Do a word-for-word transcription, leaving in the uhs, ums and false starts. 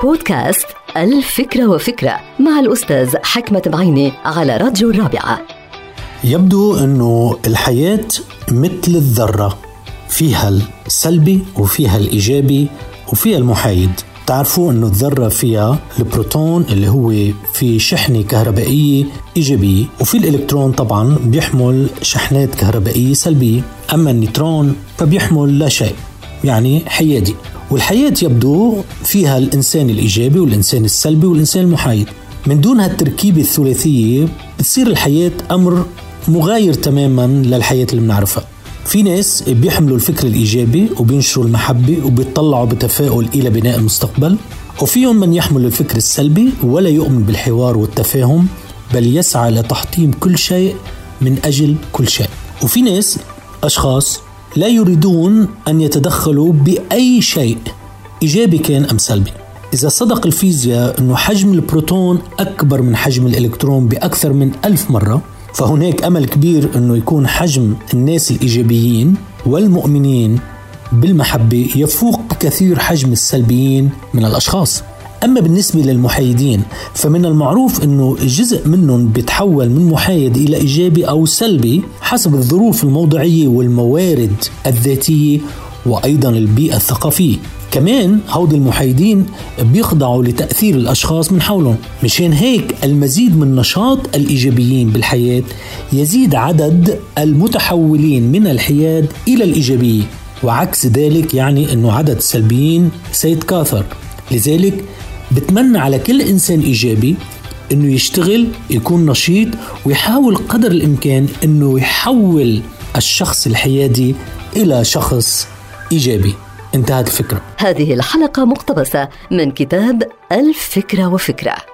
بودكاست الفكرة وفكرة مع الأستاذ حكمة بعيني على راديو الرابعة. يبدو أنه الحياة مثل الذرة، فيها السلبي وفيها الإيجابي وفيها المحايد. تعرفوا أنه الذرة فيها البروتون اللي هو في شحنة كهربائية إيجابية، وفي الإلكترون طبعا بيحمل شحنات كهربائية سلبية. أما النيوترون فبيحمل لا شيء، يعني حيادي. والحياة يبدو فيها الإنسان الإيجابي والإنسان السلبي والإنسان المحايد. من دون هالتركيبة الثلاثية بتصير الحياة أمر مغاير تماما للحياة اللي بنعرفها. في ناس بيحملوا الفكر الإيجابي وبينشروا المحبة وبيطلعوا بتفاؤل إلى بناء المستقبل، وفيهم من يحمل الفكر السلبي ولا يؤمن بالحوار والتفاهم، بل يسعى لتحطيم كل شيء من أجل كل شيء. وفي ناس أشخاص لا يريدون أن يتدخلوا بأي شيء إيجابي كان أم سلبي. إذا صدق الفيزياء أنه حجم البروتون أكبر من حجم الإلكترون بأكثر من ألف مرة، فهناك أمل كبير أنه يكون حجم الناس الإيجابيين والمؤمنين بالمحبة يفوق بكثير حجم السلبيين من الأشخاص. أما بالنسبة للمحايدين فمن المعروف أنه جزء منهم بيتحول من محايد إلى إيجابي أو سلبي حسب الظروف الموضعية والموارد الذاتية وأيضا البيئة الثقافية. كمان هؤلاء المحايدين بيخضعوا لتأثير الأشخاص من حولهم. مشان هيك المزيد من نشاط الإيجابيين بالحياة يزيد عدد المتحولين من الحياد إلى الإيجابية، وعكس ذلك يعني أنه عدد السلبيين سيتكاثر. لذلك بتمنى على كل إنسان إيجابي أنه يشتغل، يكون نشيط، ويحاول قدر الإمكان أنه يحول الشخص الحيادي إلى شخص إيجابي. انتهت الفكرة. هذه الحلقة مقتبسة من كتاب الفكرة وفكرة.